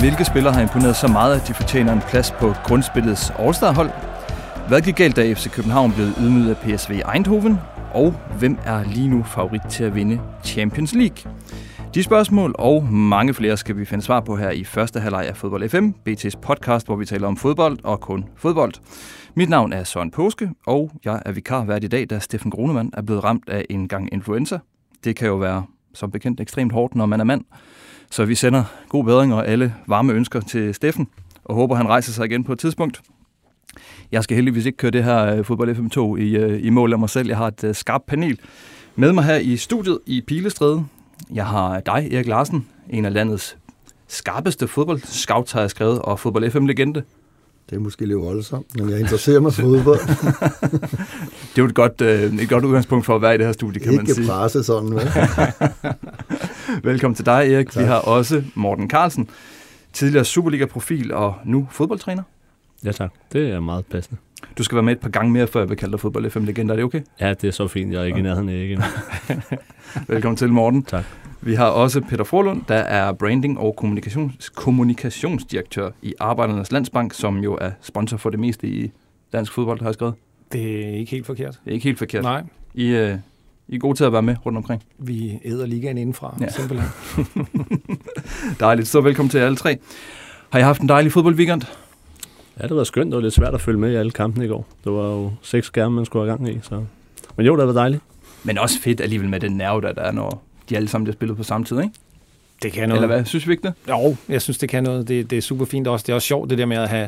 Hvilke spillere har imponeret så meget, at de fortjener en plads på grundspillets All-Star-hold? Hvad gik galt, da FC København blev ydmyget af PSV Eindhoven? Og hvem er lige nu favorit til at vinde Champions League? De spørgsmål og mange flere skal vi finde svar på her i første halvleg af Fodbold FM, BT's podcast, hvor vi taler om fodbold og kun fodbold. Mit navn er Søren Påske, og jeg er vikarvært i dag, da Steffen Grunemann er blevet ramt af en gang influenza. Det kan jo være, som bekendt, ekstremt hårdt, når man er mand. Så vi sender god bedring og alle varme ønsker til Steffen, og håber, han rejser sig igen på et tidspunkt. Jeg skal heldigvis ikke køre det her Fodbold FM2 i mål af mig selv. Jeg har et skarpt panel med mig her i studiet i Pilestræde. Jeg har dig, Erik Larsen, en af landets skarpeste fodboldscouts, har jeg skrevet, og Fodbold FM-legende. Det er måske lidt voldsomt, men jeg interesserer mig for fodbold. Det er jo et godt udgangspunkt for at være i det her studie, kan man sige. Ikke presse sådan, hvad? Velkommen til dig, Erik. Tak. Vi har også Morten Carlsen, tidligere Superliga-profil og nu fodboldtræner. Ja tak, det er meget passende. Du skal være med et par gange mere, før jeg vil kalde dig Fodbold FM-legende. Er det okay? Ja, det er så fint. Jeg er ikke i nærheden af igen. Velkommen til, Morten. Tak. Vi har også Peter Forlund, der er branding- og kommunikationsdirektør i Arbejdernes Landsbank, som jo er sponsor for det meste i dansk fodbold, har jeg skrevet. Det er ikke helt forkert. Det er ikke helt forkert. Nej. I er gode til at være med rundt omkring. Vi æder ligaen indenfra, Ja. simpelthen. Dejligt. Så velkommen til alle tre. Har I haft en dejlig fodboldweekend? Ja, det var skønt. Det var lidt svært at følge med i alle kampene i går. Det var jo 6 skærme, man skulle have gang i. Så. Men jo, det var dejligt. Men også fedt alligevel med den nerve, der er, når de alle sammen bliver spillet på samme tid, ikke? Det kan noget. Eller hvad? Synes vi ikke det? Jo, jeg synes, det kan noget. Det er super fint også. Det er også sjovt, det der med at have,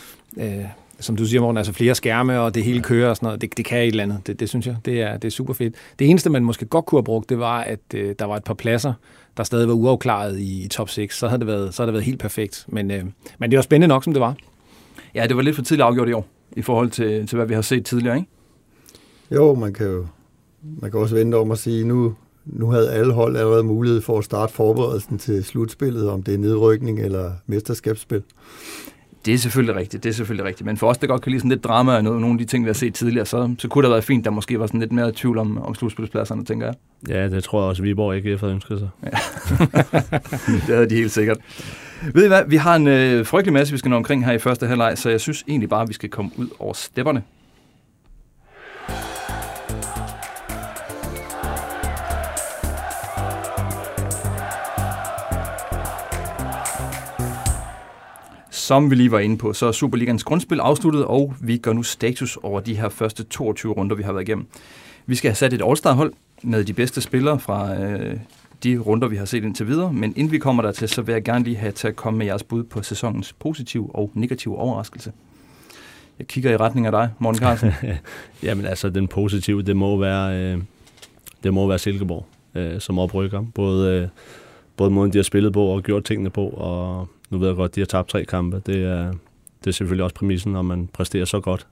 som du siger, Morten, altså flere skærme, og det hele kører og sådan noget. Det kan et eller andet. Det synes jeg. Det er super fedt. Det eneste, man måske godt kunne have brugt, det var, at der var et par pladser, der stadig var uafklaret i top 6. Så havde det været helt perfekt. Men det var spændende nok, som det var. Ja, det var lidt for tidligt afgjort i år, i forhold til hvad vi har set tidligere, ikke? Jo, man kan også vente om at sige, nu havde alle hold allerede mulighed for at starte forberedelsen til slutspillet, om det er nedrykning eller mesterskabsspil. Det er selvfølgelig rigtigt. Men for os, der godt kan lide sådan lidt drama og nogle af de ting, vi har set tidligere, så kunne det have været fint, der måske var sådan lidt mere tvivl om slutspilspladserne, tænker jeg. Ja, det tror jeg også, Viborg ikke havde ønsket sig. Ja. Det havde de helt sikkert. Ved I hvad? Vi har en frygtelig masse, vi skal nå omkring her i første halvleg, så jeg synes egentlig bare, at vi skal komme ud over stepperne. Som vi lige var inde på, så er Superligans grundspil afsluttet, og vi gør nu status over de her første 22 runder, vi har været igennem. Vi skal have sat et All-Star-hold med de bedste spillere fra de runder, vi har set indtil videre, men inden vi kommer dertil, så vil jeg gerne lige have til at komme med jeres bud på sæsonens positive og negative overraskelse. Jeg kigger i retning af dig, Morten Carlsen. Jamen altså, den positive, det må være Silkeborg som oprykker. Både måden, de har spillet på og gjort tingene på, og nu ved jeg godt, de har tabt 3 kampe. Det er selvfølgelig også præmissen, når man præsterer så godt.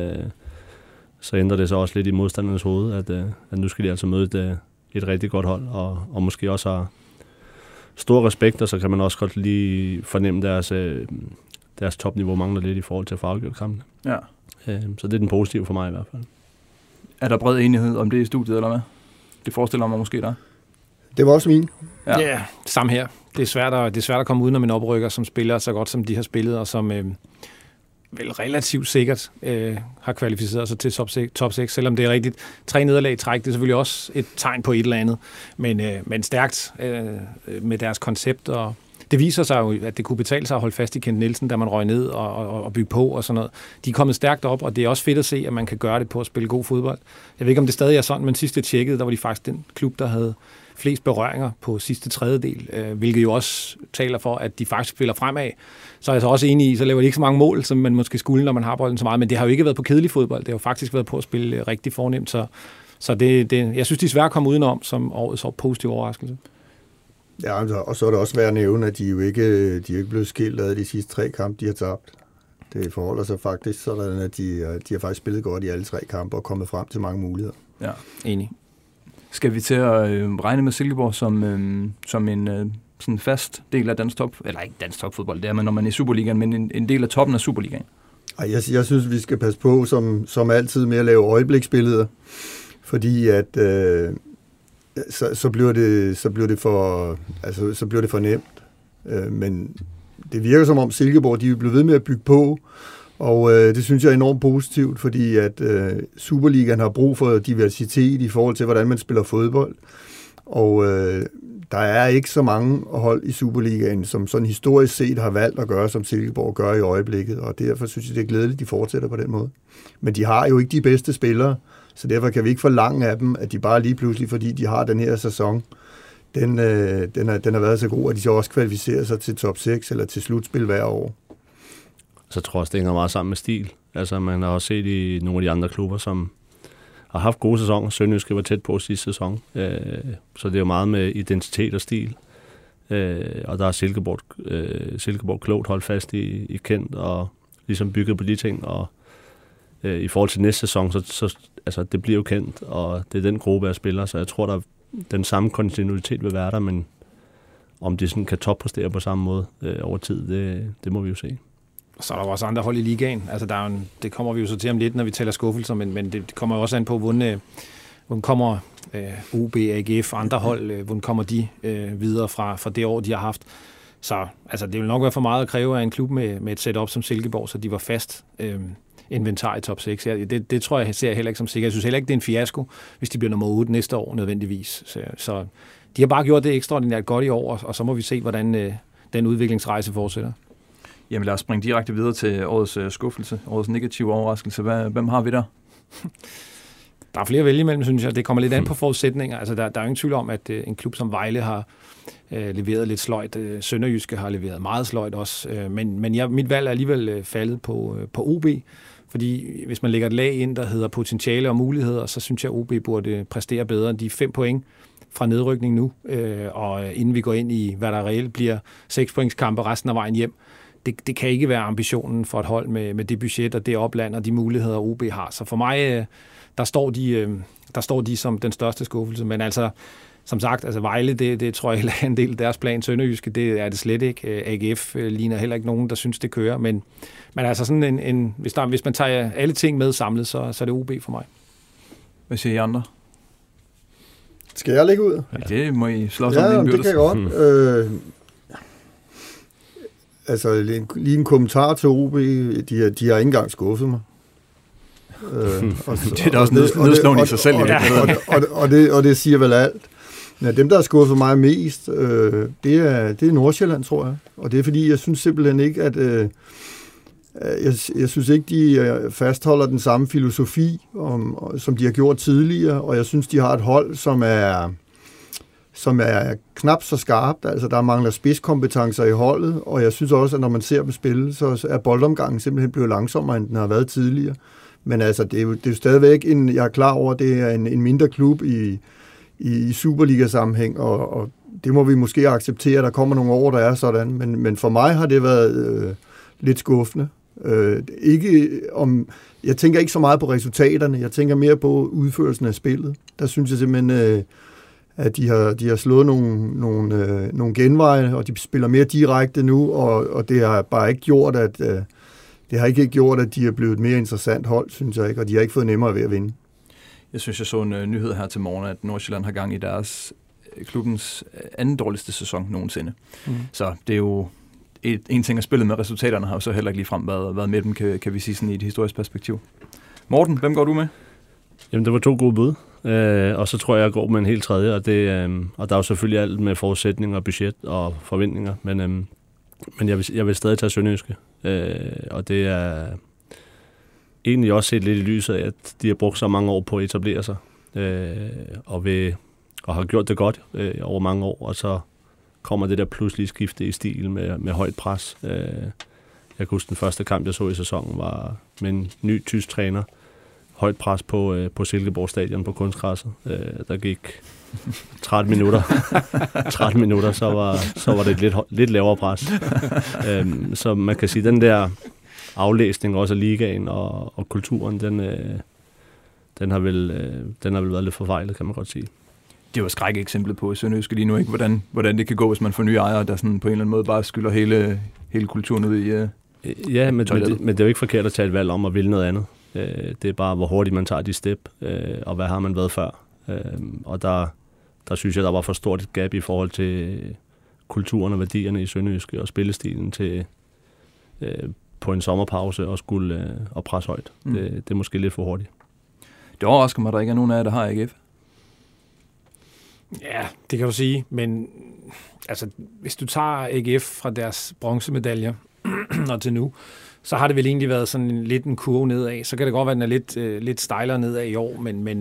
Så ændrer det så også lidt i modstandernes hoved, at nu skal de altså møde et rigtig godt hold, og måske også har stor respekt, og så kan man også godt lige fornemme deres topniveau mangler lidt i forhold til at få afgjort kampene. Ja. Så det er den positive for mig i hvert fald. Er der bred enighed om det i studiet, eller hvad? Det forestiller mig måske der. Det var også min. Ja, samme her. Det er svært at komme udenom en oprykker, som spiller så godt, som de har spillet, og som vel relativt sikkert har kvalificeret sig til top 6, selvom det er rigtigt. 3 nederlag i træk, det er selvfølgelig også et tegn på et eller andet, men stærkt med deres koncept, og det viser sig jo, at det kunne betale sig at holde fast i Kent Nielsen, da man røg ned og bygge på og sådan noget. De er kommet stærkt op, og det er også fedt at se, at man kan gøre det på at spille god fodbold. Jeg ved ikke, om det stadig er sådan, men sidst jeg tjekkede, der var de faktisk den klub, der havde flest berøringer på sidste tredjedel, hvilket jo også taler for, at de faktisk spiller fremad. Så er jeg så også enig i, så laver de ikke så mange mål, som man måske skulle, når man har bolden så meget, men det har jo ikke været på kedelig fodbold, det har jo faktisk været på at spille rigtig fornemt, så jeg synes, de er svært at komme udenom som årets positiv overraskelse. Ja, og så er det også værd at nævne, at de er ikke blevet skilt af de sidste 3 kampe, de har tabt. Det forholder sig faktisk sådan, at de har faktisk spillet godt i alle 3 kampe og kommet frem til mange muligheder. Ja, enig. Skal vi til at regne med Silkeborg som en sådan fast del af dansk top, eller ikke dansk topfodbold, det er man, når man er i Superligaen, men en del af toppen af Superligaen? Ej, jeg synes, vi skal passe på, som altid, med at lave øjebliksbilleder, fordi at så bliver det for nemt. Men det virker som om Silkeborg, de er blevet ved med at bygge på, og det synes jeg er enormt positivt, fordi at Superligaen har brug for diversitet i forhold til, hvordan man spiller fodbold. Og der er ikke så mange hold i Superligaen, som sådan historisk set har valgt at gøre, som Silkeborg gør i øjeblikket, og derfor synes jeg, det er glædeligt, at de fortsætter på den måde. Men de har jo ikke de bedste spillere, så derfor kan vi ikke forlange af dem, at de bare lige pludselig, fordi de har den her sæson, den har været så god, at de så også kvalificerer sig til top 6 eller til slutspil hver år. Så tror jeg også, det hænger meget sammen med stil. Altså, man har også set i nogle af de andre klubber, som har haft gode sæsoner. Sønderjyske var tæt på sidste sæson. Så det er jo meget med identitet og stil. Og der er Silkeborg klogt holdt fast i Kent og ligesom bygget på de ting. Og i forhold til næste sæson, så altså, det bliver jo Kent, og det er den gruppe af spillere. Så jeg tror, der den samme kontinuitet vil være der, men om det sådan kan toppræstere på samme måde over tid, det må vi jo se. Så er der også andre hold i ligaen. Altså, det kommer vi jo så til om lidt, når vi taler skuffelser, men det kommer jo også an på, hvordan kommer OB, AGF og andre hold, hvordan kommer de videre fra det år, de har haft. Så altså, det vil nok være for meget at kræve af en klub med et setup som Silkeborg, så de var fast inventar i top 6. Det tror jeg ser heller ikke som sikkert. Jeg synes heller ikke, det er en fiasko, hvis de bliver nummer 8 næste år nødvendigvis. Så de har bare gjort det ekstraordinært godt i år, og så må vi se, hvordan den udviklingsrejse fortsætter. Jamen lad os springe direkte videre til årets skuffelse, årets negative overraskelse. Hvem har vi der? Der er flere at vælge imellem, synes jeg. Det kommer lidt an på forudsætninger. Altså, der er ingen tvivl om, at en klub som Vejle har leveret lidt sløjt. Sønderjyske har leveret meget sløjt også. Men mit valg er alligevel faldet på OB. Fordi hvis man lægger et lag ind, der hedder potentiale og muligheder, så synes jeg, at OB burde præstere bedre. De er 5 point fra nedrykning nu. Og inden vi går ind i, hvad der reelt bliver 6 pointskampe resten af vejen hjem, det kan ikke være ambitionen for et hold med det budget og det opland og de muligheder, OB har. Så for mig, der står de som den største skuffelse. Men altså, som sagt, altså Vejle, det tror jeg heller er en del af deres plan. Sønderjyske, det er det slet ikke. AGF ligner heller ikke nogen, der synes, det kører. Men altså sådan hvis man tager alle ting med samlet, så er det OB for mig. Hvad siger I andre? Skal jeg lægge ud? Ja, det må I slås om indbyrdes. Det kan jeg godt. Altså, lige en kommentar til OB. De har ikke engang skuffet mig. Det er da også nedslående i sig selv. Og det siger vel alt. Ja, dem, der har skuffet mig mest, det er Nordsjælland, tror jeg. Og det er, fordi jeg synes simpelthen ikke, at jeg synes ikke, de fastholder den samme filosofi, som de har gjort tidligere. Og jeg synes, de har et hold, som er knap så skarpt. Altså, der mangler spidskompetencer i holdet, og jeg synes også, at når man ser dem spille, så er boldomgangen simpelthen blevet langsommere, end den har været tidligere. Men altså, det er jo stadigvæk jeg er klar over, at det er en mindre klub i Superliga-sammenhæng, og det må vi måske acceptere, der kommer nogle år, der er sådan. Men for mig har det været lidt skuffende. Jeg tænker ikke så meget på resultaterne, jeg tænker mere på udførelsen af spillet. Der synes jeg simpelthen, at de har slået nogle genveje, og de spiller mere direkte nu, og det har bare ikke gjort, at de er blevet et mere interessant hold, synes jeg ikke, og de har ikke fået nemmere ved at vinde. Jeg synes, jeg så en nyhed her til morgen, at Nordsjælland har gang i deres klubbens anden dårligste sæson nogensinde. Så det er jo en ting at spille med. Resultaterne har jo så heller ikke ligefrem været med dem, kan vi sige sådan i et historisk perspektiv. Morten, hvem går du med? Jamen, det var 2 gode bud. Og så tror jeg går med en helt tredje, og der er jo selvfølgelig alt med forudsætninger, budget og forventninger, men jeg vil stadig tage Sønderjyske. Og det er egentlig også set lidt i lyset af, at de har brugt så mange år på at etablere sig, og har gjort det godt over mange år, og så kommer det der pludselige skifte i stil med højt pres. Jeg kan huske, den første kamp, jeg så i sæsonen, var med en ny tysk træner. Højt pres på Silkeborg Stadion på kunstgræsset. Der gik 13 minutter, så var det et lidt lavere pres. Så man kan sige, den der aflæsning også af ligaen og kulturen, den har vel været lidt forfejlet, kan man godt sige. Det er jo et skrækeksempel på Sønderjyske lige nu, ikke? Hvordan det kan gå, hvis man får nye ejere, der sådan på en eller anden måde bare skylder hele kulturen ud i ja, men det er jo ikke forkert at tage et valg om at ville noget andet. Det er bare, hvor hurtigt man tager de step, og hvad har man været før. Og der synes jeg, der var for stort et gab i forhold til kulturen og værdierne i Sønderjyske og spillestilen til på en sommerpause og skulle og presse højt. Det er måske lidt for hurtigt. Det overrasker mig, at der ikke er nogen af jer, der har AGF. Ja, det kan du sige, men altså, hvis du tager AGF fra deres bronzemedaljer og til nu, så har det vel egentlig været sådan lidt en kurve nedad. Så kan det godt være, at den er lidt stejlere nedad i år,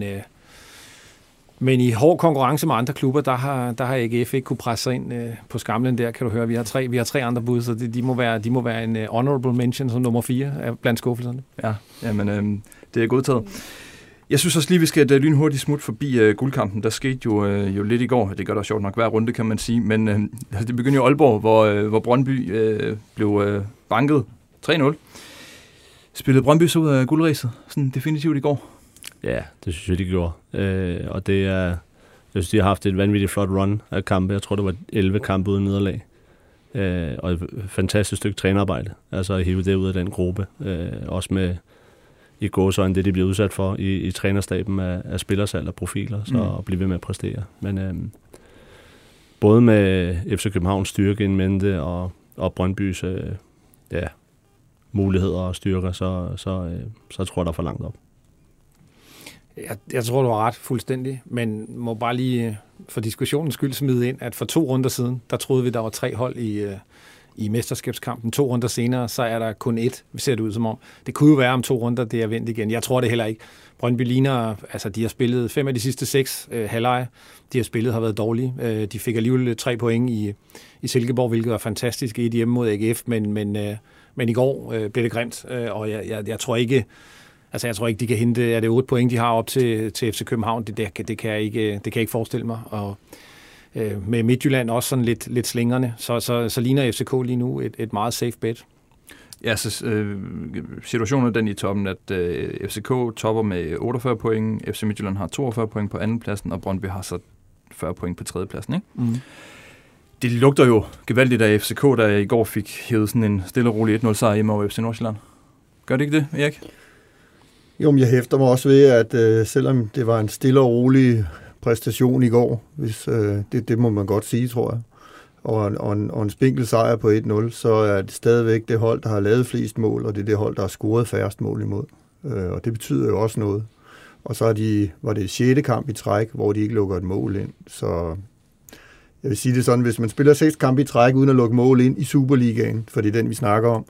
men i hård konkurrence med andre klubber, der har AGF ikke kunne presse sig ind på skamlen der, kan du høre. Vi har tre andre bud, så de må være en honorable mention som nummer 4 blandt skuffelserne. Ja, jamen, det er godtaget. Jeg synes også lige, vi skal lynhurtigt smut forbi guldkampen. Der skete jo lidt i går. Det gør der sjovt nok hver runde, kan man sige. Men det begyndte jo i Aalborg, hvor Brøndby blev banket 3-0. Spillede Brøndby så ud af guldræset sådan definitivt i går? Ja, det synes jeg, de gjorde. Og det er, jeg synes, de har haft et vanvittigt flot run af kampe. Jeg tror, det var 11 kampe uden nederlag. Og et fantastisk stykke trænerarbejde. Altså at hive det ud af den gruppe. Også med i gåseøjne, det de bliver udsat for i trænerstaben af spillersalg og profiler, så at blive ved med at præstere. Men både med FC Københavns styrke in mente og Brøndbys muligheder og styrker, så tror jeg, der er for langt op. Jeg tror, du har ret fuldstændig, men må bare lige for diskussionens skyld smide ind, at for 2 runder siden, der troede vi, der var 3 hold i mesterskabskampen. 2 runder senere, så er der kun 1, ser det ud som om. Det kunne jo være om 2 runder, det er vendt igen. Jeg tror det heller ikke. Brøndby ligner, altså de har spillet 5 af de sidste 6 halvleje. De har spillet har været dårlige. De fik alligevel 3 point i Silkeborg, hvilket var fantastisk. 1 hjemme mod AGF, men i går blev det grimt, og jeg tror ikke, de kan hente, er det 8 point, de har op til FC København. Det kan jeg ikke forestille mig. Og med Midtjylland også sådan lidt slingrende, så ligner FCK lige nu et meget safe bet. Ja, så situationen er den i toppen, at FCK topper med 48 point, FC Midtjylland har 42 point på andenpladsen, og Brøndby har så 40 point på tredjepladsen, ikke? Mm. Det lugter jo gevaldigt af FCK, der i går fik hævet sådan en stille og rolig 1-0 sejr hjemme over FC Nordsjælland. Gør det ikke det, Erik? Jo, men jeg hæfter mig også ved, at selvom det var en stille og rolig præstation i går, hvis det må man godt sige, tror jeg, og en spinkel sejr på 1-0, så er det stadigvæk det hold, der har lavet flest mål, og det er det hold, der har scoret færrest mål imod. Og det betyder jo også noget. Og så var det 6. kamp i træk, hvor de ikke lukker et mål ind. Så jeg vil sige det sådan, hvis man spiller 6 kampe i træk, uden at lukke mål ind i Superligaen, for det er den, vi snakker om,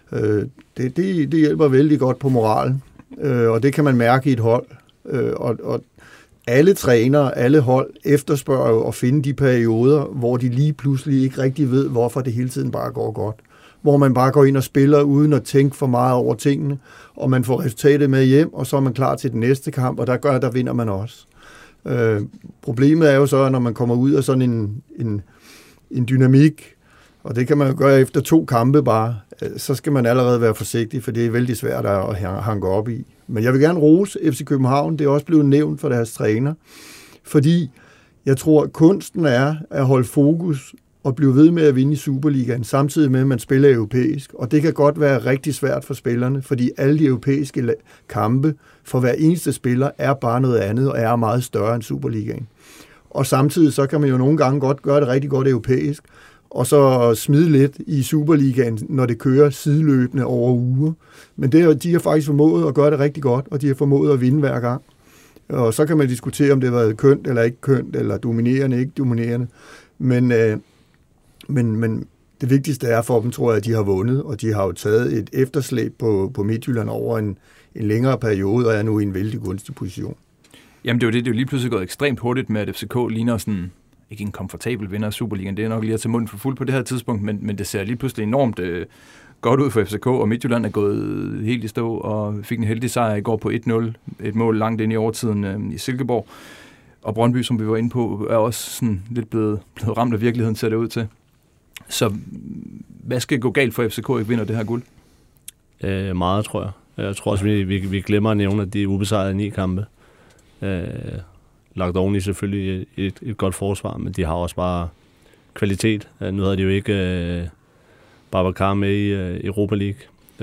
det hjælper vældig godt på moralen. Og det kan man mærke i et hold. Og alle trænere, alle hold efterspørger jo at finde de perioder, hvor de lige pludselig ikke rigtig ved, hvorfor det hele tiden bare går godt. Hvor man bare går ind og spiller, uden at tænke for meget over tingene, og man får resultatet med hjem, og så er man klar til den næste kamp, og der vinder man også. Problemet er jo så, når man kommer ud af sådan en dynamik, og det kan man jo gøre efter 2 kampe bare, så skal man allerede være forsigtig, for det er vældig svært at hanke op i. Men jeg vil gerne rose FC København, det er også blevet nævnt for deres træner, fordi jeg tror, at kunsten er at holde fokus og blive ved med at vinde i Superligaen, samtidig med, at man spiller europæisk. Og det kan godt være rigtig svært for spillerne, fordi alle de europæiske kampe for hver eneste spiller er bare noget andet og er meget større end Superligaen. Og samtidig så kan man jo nogle gange godt gøre det rigtig godt europæisk, og så smide lidt i Superligaen, når det kører sideløbende over uger. Men de har faktisk formået at gøre det rigtig godt, og de har formået at vinde hver gang. Og så kan man diskutere, om det har været kønt eller ikke kønt, eller dominerende, ikke dominerende. Men det vigtigste er for dem, tror jeg, at de har vundet, og de har jo taget et efterslæb på Midtjylland over en længere periode, og er nu i en vældig gunstig position. Jamen det er jo lige pludselig gået ekstremt hurtigt med, at FCK ligner sådan, ikke en komfortabel vinder af Superligaen, det er nok lige at tage munden for fuld på det her tidspunkt, men det ser lige pludselig enormt godt ud for FCK, og Midtjylland er gået helt i stå, og fik en heldig sejr i går på 1-0, et mål langt ind i overtiden i Silkeborg. Og Brøndby, som vi var inde på, er også sådan lidt blevet ramt af virkeligheden, ser det ud til. Så hvad skal gå galt for FCK ikke vinder det her guld? Meget, tror jeg. Jeg tror også, vi glemmer at nævne, at de er ubesejrede 9 kampe. Lagt oveni selvfølgelig et godt forsvar, men de har også bare kvalitet. Nu havde de jo ikke Babacar med i Europa League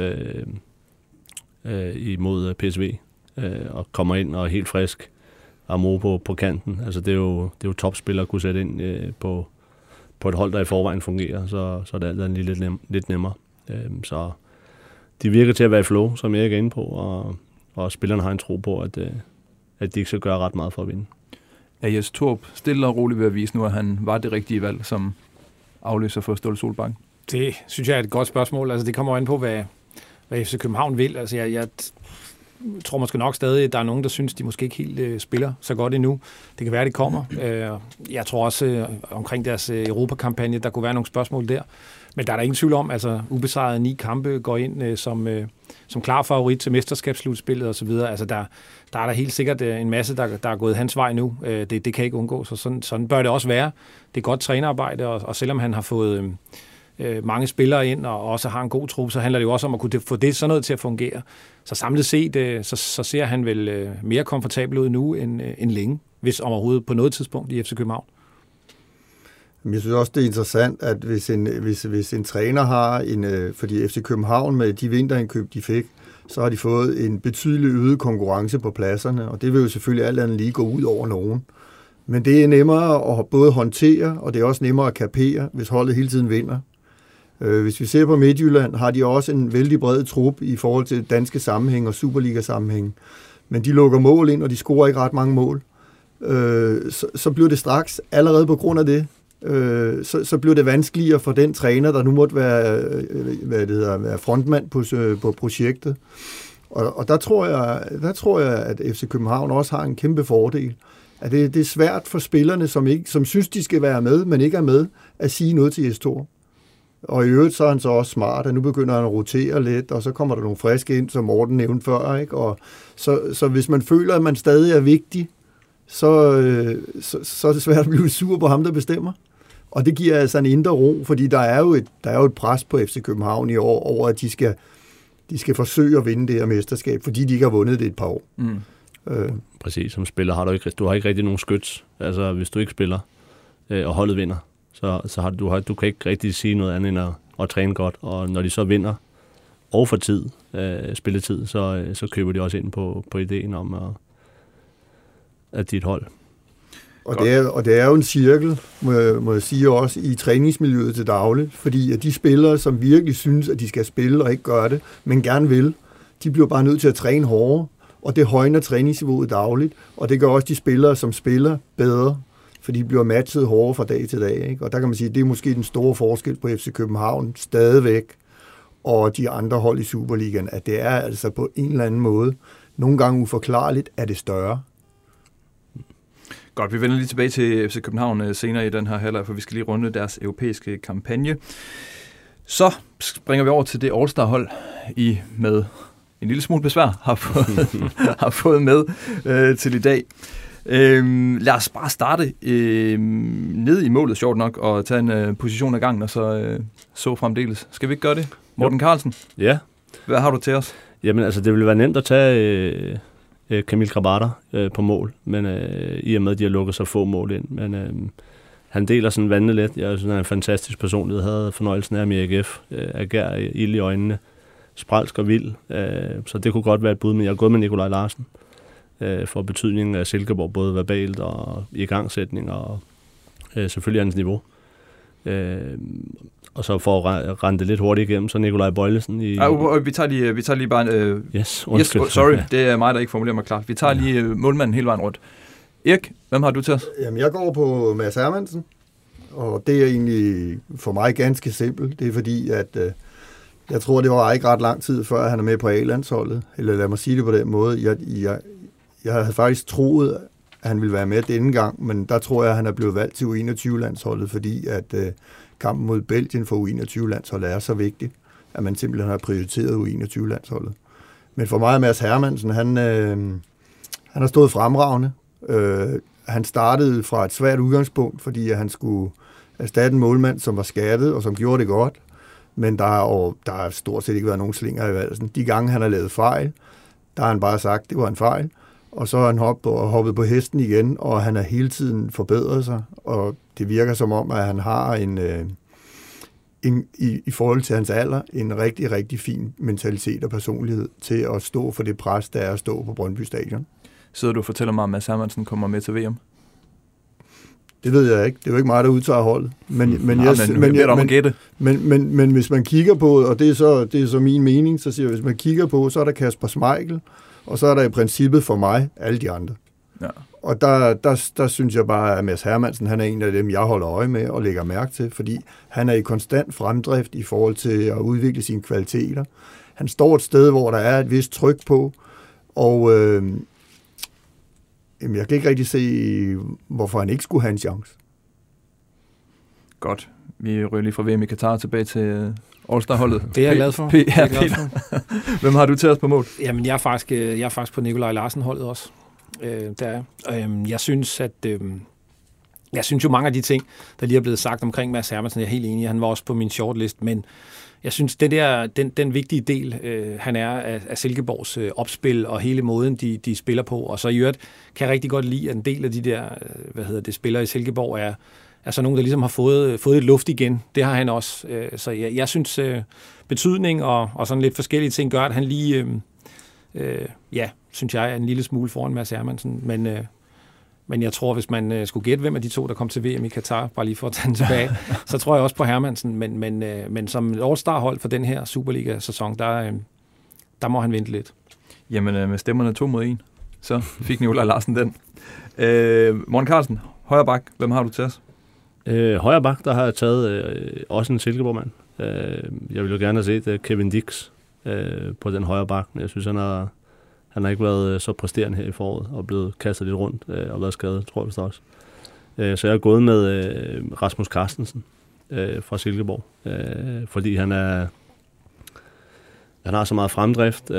imod PSV, og kommer ind og er helt frisk. Amo på kanten. Altså det er jo topspillere at kunne sætte ind på et hold, der i forvejen fungerer, så er det alt andet lidt nemmere. Så de virker til at være i flow, som jeg er inde på, og spillerne har en tro på, at de ikke skal gøre ret meget for at vinde. Er Jes Torp stille og roligt ved at vise nu, at han var det rigtige valg som afløser for Ståle Solbakken? Det synes jeg er et godt spørgsmål. Altså, det kommer an på, hvad FC København vil. Altså, jeg tror måske nok stadig, at der er nogen, der synes, de måske ikke helt spiller så godt endnu. Det kan være, det kommer. Jeg tror også omkring deres Europa-kampagne, der kunne være nogle spørgsmål der. Men der er der ingen tvivl om, altså ubesejret 9 kampe går ind som klar favorit til mesterskabsslutspillet og så videre. Altså der er der helt sikkert en masse, der er gået hans vej nu. Det kan ikke undgå, så sådan bør det også være. Det er godt trænerarbejde, og selvom han har fået mange spillere ind og også har en god trup, så handler det jo også om at kunne få det sådan noget til at fungere. Så samlet set, så ser han vel mere komfortabel ud nu end længe, hvis overhovedet på noget tidspunkt i FC København. Jeg synes også, det er interessant, at hvis en træner har fordi FC København med de vinterindkøb, de fik, så har de fået en betydelig øget konkurrence på pladserne, og det vil jo selvfølgelig alt andet lige gå ud over nogen. Men det er nemmere at både håndtere, og det er også nemmere at kapere, hvis holdet hele tiden vinder. Hvis vi ser på Midtjylland, har de også en vældig bred trup i forhold til danske sammenhæng og Superliga-sammenhæng. Men de lukker mål ind, og de scorer ikke ret mange mål. Så bliver det straks, allerede på grund af det, så bliver det vanskeligere for den træner, der nu måtte være frontmand på projektet. Og der tror jeg, at FC København også har en kæmpe fordel. At det er svært for spillerne, som synes, de skal være med, men ikke er med, at sige noget til Jes Torp. Og i øvrigt så er han så også smart, at nu begynder han at rotere lidt, og så kommer der nogle friske ind, som Morten nævnte før. Ikke? Og så hvis man føler, at man stadig er vigtig, så er det svært at blive sur på ham, der bestemmer. Og det giver altså en indre ro, fordi der er jo et pres på FC København i år over, at de skal forsøge at vinde det her mesterskab, fordi de ikke har vundet det et par år. Præcis, som spiller har du har ikke rigtig nogen skyts. Altså, hvis du ikke spiller, og holdet vinder, så har du kan ikke rigtig sige noget andet end at træne godt. Og når de så vinder og får tid, spilletid, så køber de også ind på ideen om, at de er et hold. Og det er jo en cirkel, må jeg sige, også i træningsmiljøet til dagligt, fordi at de spillere, som virkelig synes, at de skal spille og ikke gøre det, men gerne vil, de bliver bare nødt til at træne hårdere, og det højner træningsniveauet dagligt, og det gør også de spillere, som spiller bedre, fordi de bliver matchet hårdere fra dag til dag. Ikke? Og der kan man sige, at det er måske den store forskel på FC København stadigvæk, og de andre hold i Superligaen, at det er altså på en eller anden måde, nogle gange uforklarligt, er det større. Godt, vi vender lige tilbage til FC København senere i den her halvleg, for vi skal lige runde deres europæiske kampagne. Så springer vi over til det All-Star-hold, I med en lille smule besvær har fået med til i dag. Lad os bare starte ned i målet, sjovt nok, og tage en position af gangen, og så fremdeles. Skal vi ikke gøre det? Morten Carlsen? Ja. Hvad har du til os? Jamen altså, det ville være nemt at tage Kamil Grabara på mål, men i og med, at de har lukket så få mål ind. Men han deler sådan vandet let. Jeg synes, han er en fantastisk personlighed. Jeg havde fornøjelsen af ham i AGF. Ager ild i øjnene. Spralsk og vild. Så det kunne godt være et bud, men jeg er gået med Nikolaj Larsen for betydningen af Silkeborg, både verbalt og i igangsætning, og selvfølgelig hans niveau. Og så for at rende det lidt hurtigt igennem, så Nikolaj Bøjlesen vi tager lige bare yes, sorry, det er mig, der ikke formulerer mig klart. Vi tager lige målmanden hele vejen rundt. Erik, hvem har du til os? Jamen, jeg går på Mads Hermansen, og det er egentlig for mig ganske simpelt. Det er fordi, at jeg tror, det var ikke ret lang tid, før han er med på A-landsholdet. Eller lad mig sige det på den måde. Jeg havde faktisk troet, at han ville være med denne gang, men der tror jeg, at han er blevet valgt til U21-landsholdet, fordi at kampen mod Belgien for U21-landsholdet er så vigtigt, at man simpelthen har prioriteret U21-landsholdet. Men for mig er Mads Hermansen, han har stået fremragende. Han startede fra et svært udgangspunkt, fordi han skulle erstatte en målmand, som var skadet og som gjorde det godt. Men der har stort set ikke været nogen slinger i valsen. De gange, han har lavet fejl, der har han bare sagt, at det var en fejl. Og så har han hoppet på hesten igen, og han har hele tiden forbedret sig. Og det virker som om, at han har i forhold til hans alder en rigtig, rigtig fin mentalitet og personlighed til at stå for det pres, der er at stå på Brøndby Stadion. Sidder du og fortæller mig, at Mads Hermansen kommer med til VM? Det ved jeg ikke. Det er jo ikke mig, der udtager holdet. Men hvis man kigger på, og det er så min mening, så siger jeg, hvis man kigger på, så er der Kasper Schmeichel, og så er der i princippet for mig alle de andre. Ja. Og der synes jeg bare, at Mads Hermansen, han er en af dem, jeg holder øje med og lægger mærke til, fordi han er i konstant fremdrift i forhold til at udvikle sine kvaliteter. Han står et sted, hvor der er et vist tryk på, og jeg kan ikke rigtig se, hvorfor han ikke skulle have en chance. Godt. Vi ryger lige fra VM i Katar tilbage til All-Star-holdet. Det er jeg glad for. Hvem har du til os på mål? Jamen, jeg er faktisk på Nikolaj Larsen-holdet også. Jeg synes, jeg synes jo mange af de ting, der lige er blevet sagt omkring Mads Hermansen, jeg er helt enig. Han var også på min shortlist, men jeg synes, den vigtige del, han er af Silkeborgs opspil og hele måden, de spiller på. Og så i øvrigt kan jeg rigtig godt lide, at en del af de der, spillere i Silkeborg er så nogen, der ligesom har fået et luft igen. Det har han også. Så jeg synes, betydning og sådan lidt forskellige ting gør, at han lige, synes jeg, er en lille smule foran Mads Hermansen. Men jeg tror, hvis man skulle gætte, hvem af de to, der kom til VM i Katar, bare lige for at tage den tilbage, så tror jeg også på Hermansen. Men som et All-Star-hold for den her Superliga-sæson, der må han vente lidt. Jamen, med stemmerne 2-1, så fik Nikolaj Larsen den. Morten Carlsen, højre bak, hvem har du til os? Højre bak, der har jeg taget også en Silkeborg-mand. Jeg vil jo gerne have set Kevin Dix på den højre bak, men jeg synes, han har ikke været så præsterende her i foråret, og blevet kastet lidt rundt og været skadet, tror jeg også. Så jeg er gået med Rasmus Carstensen fra Silkeborg, fordi han har så meget fremdrift.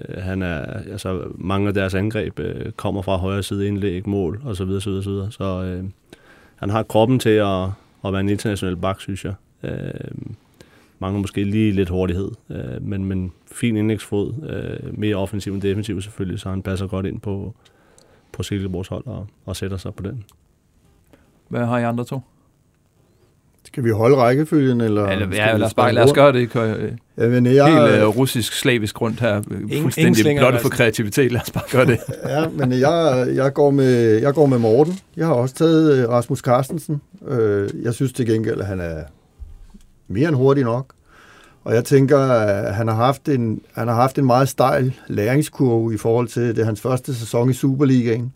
Mange af deres angreb kommer fra højre side, indlæg, mål osv. Så han har kroppen til at være en international bak, synes jeg. Mangler måske lige lidt hurtighed, men fin indlægsfod, mere offensiv end defensiv selvfølgelig, så han passer godt ind på Silkeborgs hold og sætter sig på den. Hvad har I andre to? Skal vi holde rækkefølgen? Lad os gøre det. Helt russisk-slavisk rundt her. Fuldstændig blot for kreativitet. Lad os bare gøre det. Ja, men jeg går med Morten. Jeg har også taget Rasmus Carstensen. Jeg synes til gengæld, at han er mere end hurtig nok. Og jeg tænker, at han har haft en meget stejl læringskurve i forhold til det hans første sæson i Superligaen.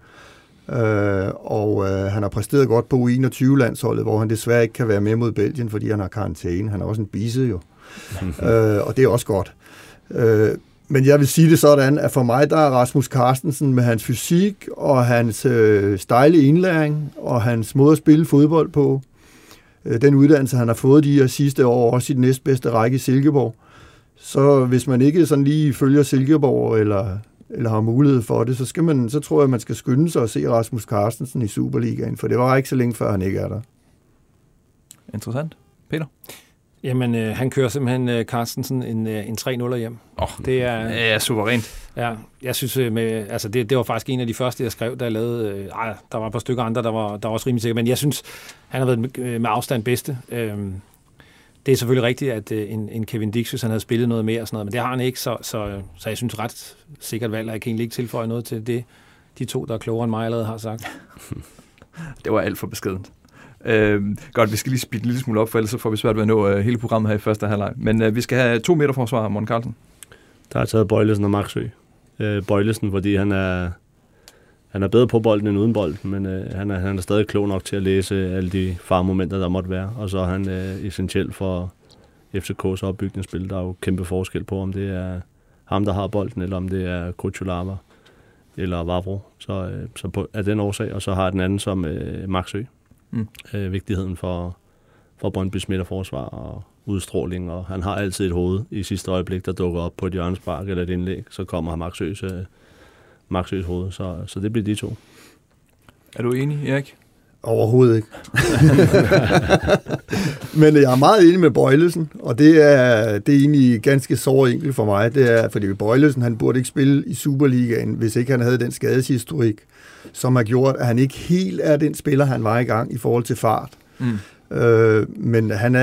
Han har præsteret godt på U21-landsholdet, hvor han desværre ikke kan være med mod Belgien, fordi han har karantæne. Han er også en bise jo. Og det er også godt. Men jeg vil sige det sådan, at for mig, der er Rasmus Carstensen med hans fysik og hans stejle indlæring og hans måde at spille fodbold på, den uddannelse, han har fået de her sidste år, også i den næstbedste række i Silkeborg. Så hvis man ikke sådan lige følger Silkeborg eller har mulighed for det, så tror jeg, man skal skynde sig at se Rasmus Carstensen i Superligaen, for det var ikke så længe før, han ikke er der. Interessant. Peter? Jamen, han kører simpelthen Carstensen en 3-0 hjem. Det er suverænt. Ja, jeg synes, det var faktisk en af de første, jeg skrev, da jeg lavede. Der var et par stykker andre, der var også rimelig sikker, men jeg synes, han har været med afstand bedste. Det er selvfølgelig rigtigt, at en Kevin Dix, hvis han havde spillet noget mere og sådan noget, men det har han ikke, så jeg synes ret sikkert valg, og jeg kan egentlig ikke tilføje noget til det, de to, der er klogere end mig, allerede har sagt. Det var alt for beskedent. Godt, vi skal lige speede en lille smule op, for ellers så får vi svært ved at nå hele programmet her i første halvleg. Men vi skal have 2 meter forsvar, Morten Carlsen. Der har taget Bøjlesen og Maxø. Bøjlesen, fordi han er bedre på bolden end uden bolden, men han er stadig klog nok til at læse alle de faremomenter, der måtte være. Og så er han essentiel for FCK's opbygningsspil. Der er jo kæmpe forskel på, om det er ham, der har bolden, eller om det er Kuchulava eller Vavro. Så af den årsag, og så har den anden som Maxø. Vigtigheden for Brøndbys midterforsvar og udstråling, og han har altid et hoved i sidste øjeblik, der dukker op på et hjørnespark eller et indlæg, så kommer Maxøs hoved, så det bliver de to. Er du enig, Erik? Overhovedet ikke. Men jeg er meget enig med Bøjlesen, og det er egentlig ganske så enkelt for mig. Det er, fordi Bøjlesen, han burde ikke spille i Superligaen, hvis ikke han havde den skadeshistorik, som har gjort, at han ikke helt er den spiller, han var i gang i forhold til fart. Men han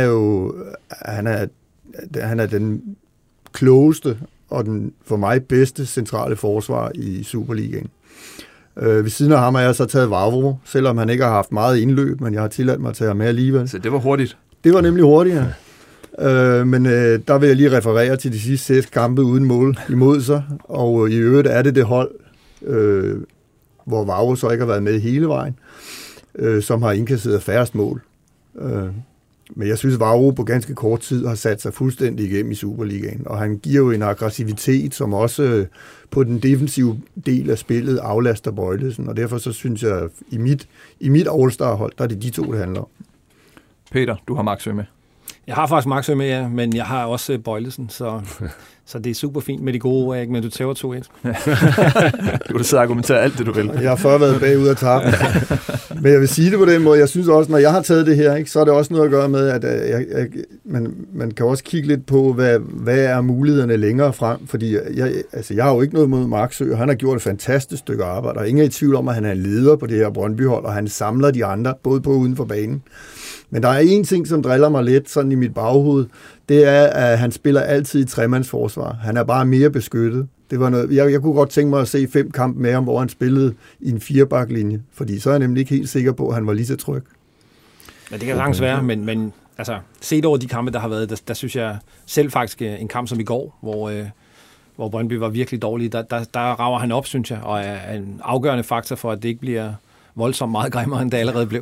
er den klogeste og den for mig bedste centrale forsvar i Superligaen. Ved siden af ham har jeg så taget Vavro, selvom han ikke har haft meget indløb, men jeg har tilladt mig at tage ham med alligevel. Så det var hurtigt. Det var nemlig hurtigere. Men der vil jeg lige referere til de sidste 6 kampe uden mål imod sig, og i øvrigt er det hold, hvor Vavro så ikke har været med hele vejen, som har indkasseret færrest mål. Men jeg synes, Vavro på ganske kort tid har sat sig fuldstændig igennem i Superligaen, og han giver jo en aggressivitet, som også på den defensive del af spillet aflaster Bøjlesen, og derfor så synes jeg, i mit All-Star-hold, der er det de 2, det handler om. Peter, du har Maxø med. Jeg har faktisk Maxø med, ja, men jeg har også Bøjlesen, så det er super fint med de gode ord, ikke? Men du tæver 2-1. Du kan sidde og argumentere alt det, du vil. Jeg har før været bagud af tappen. Men jeg vil sige det på den måde. Jeg synes også, når jeg har taget det her, ikke, så er det også noget at gøre med, at man kan også kigge lidt på, hvad er mulighederne længere frem. Fordi jeg har jo ikke noget mod Maxø, og han har gjort et fantastisk stykke arbejde. Der er ingen i tvivl om, at han er leder på det her Brøndby-hold, og han samler de andre, både på og uden for banen. Men der er en ting, som driller mig lidt sådan i mit baghoved, det er, at han spiller altid i tremandsforsvar. Han er bare mere beskyttet. Det var noget, jeg kunne godt tænke mig at se 5 kampe med ham, hvor han spillede i en 4-baklinje, fordi så er jeg nemlig ikke helt sikker på, at han var lige så tryg. Ja, det kan sagtens være, men altså, set over de kampe, der har været, der synes jeg selv faktisk en kamp som i går, hvor Brøndby var virkelig dårlig, der rager han op, synes jeg, og er en afgørende faktor for, at det ikke bliver voldsomt meget grimmere, end det allerede blev.